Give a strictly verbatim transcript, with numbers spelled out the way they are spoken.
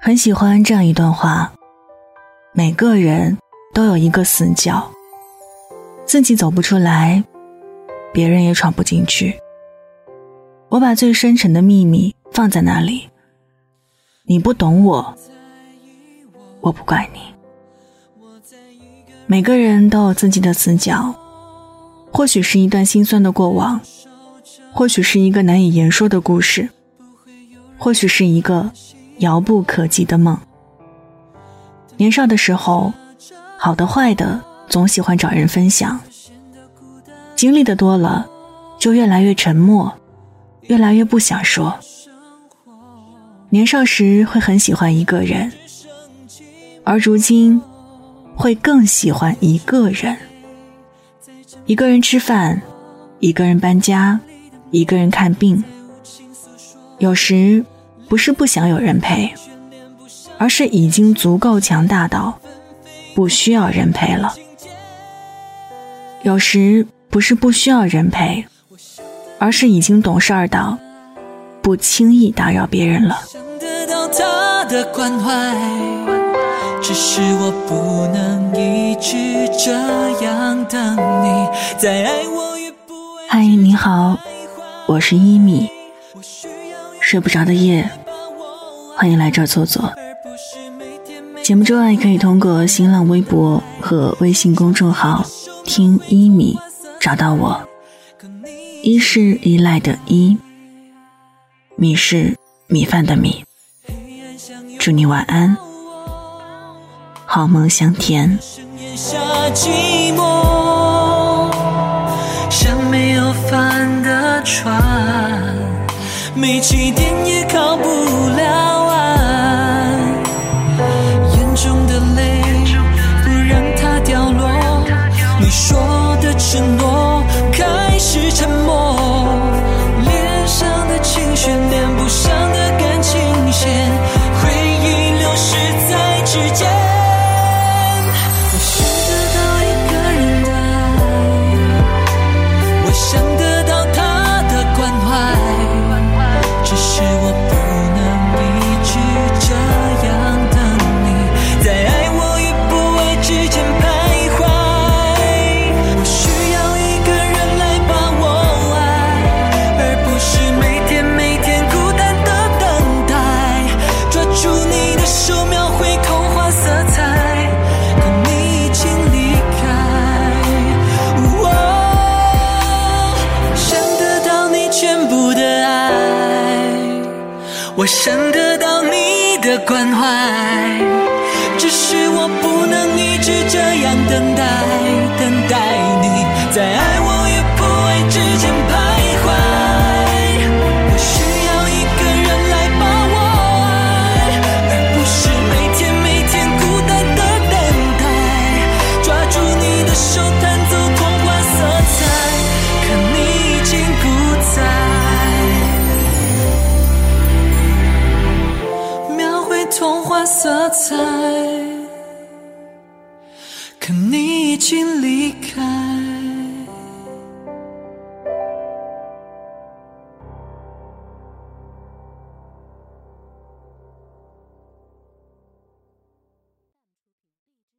很喜欢这样一段话，每个人都有一个死角，自己走不出来，别人也闯不进去。我把最深沉的秘密放在那里，你不懂我，我不怪你。每个人都有自己的死角，或许是一段心酸的过往，或许是一个难以言说的故事，或许是一个遥不可及的梦。年少的时候，好的坏的总喜欢找人分享，经历的多了，就越来越沉默，越来越不想说。年少时会很喜欢一个人，而如今会更喜欢一个人。一个人吃饭，一个人搬家，一个人看病。有时不是不想有人陪，而是已经足够强大到不需要人陪了。有时不是不需要人陪，而是已经懂事到不轻易打扰别人了。 想得到他的关怀，只是我不能一直这样等你，再爱我也不会。 嗨，你好，我是一米，睡不着的夜，欢迎来这儿坐坐。节目之外可以通过新浪微博和微信公众号听一米找到我。一是依赖的依，米是米饭的米。祝你晚安，好梦香甜。 下寂寞，像没有帆的船，没起点也靠不了岸，眼中的泪不让它掉落，你说的承诺开始沉默，脸上的情绪连不上的感情线，回忆流逝在指尖。我想得到一个人的爱，我想得到他的关怀，只是我不能一直这样等你，在爱我与不爱之间徘徊。我需要一个人来把我爱，而不是每天每天孤单的等待，抓住你的手描绘童话色彩，可你已经离开。哦，想得到你全部的爱，我想得到你的关怀，只是我不能一直这样等待，等待你在爱我与不爱之间徘徊。我需要一个人来把我爱，而不是每天每天孤单的等待，抓住你的手弹奏童话色彩，可你已经不在，描绘童话色彩，可你已经离开。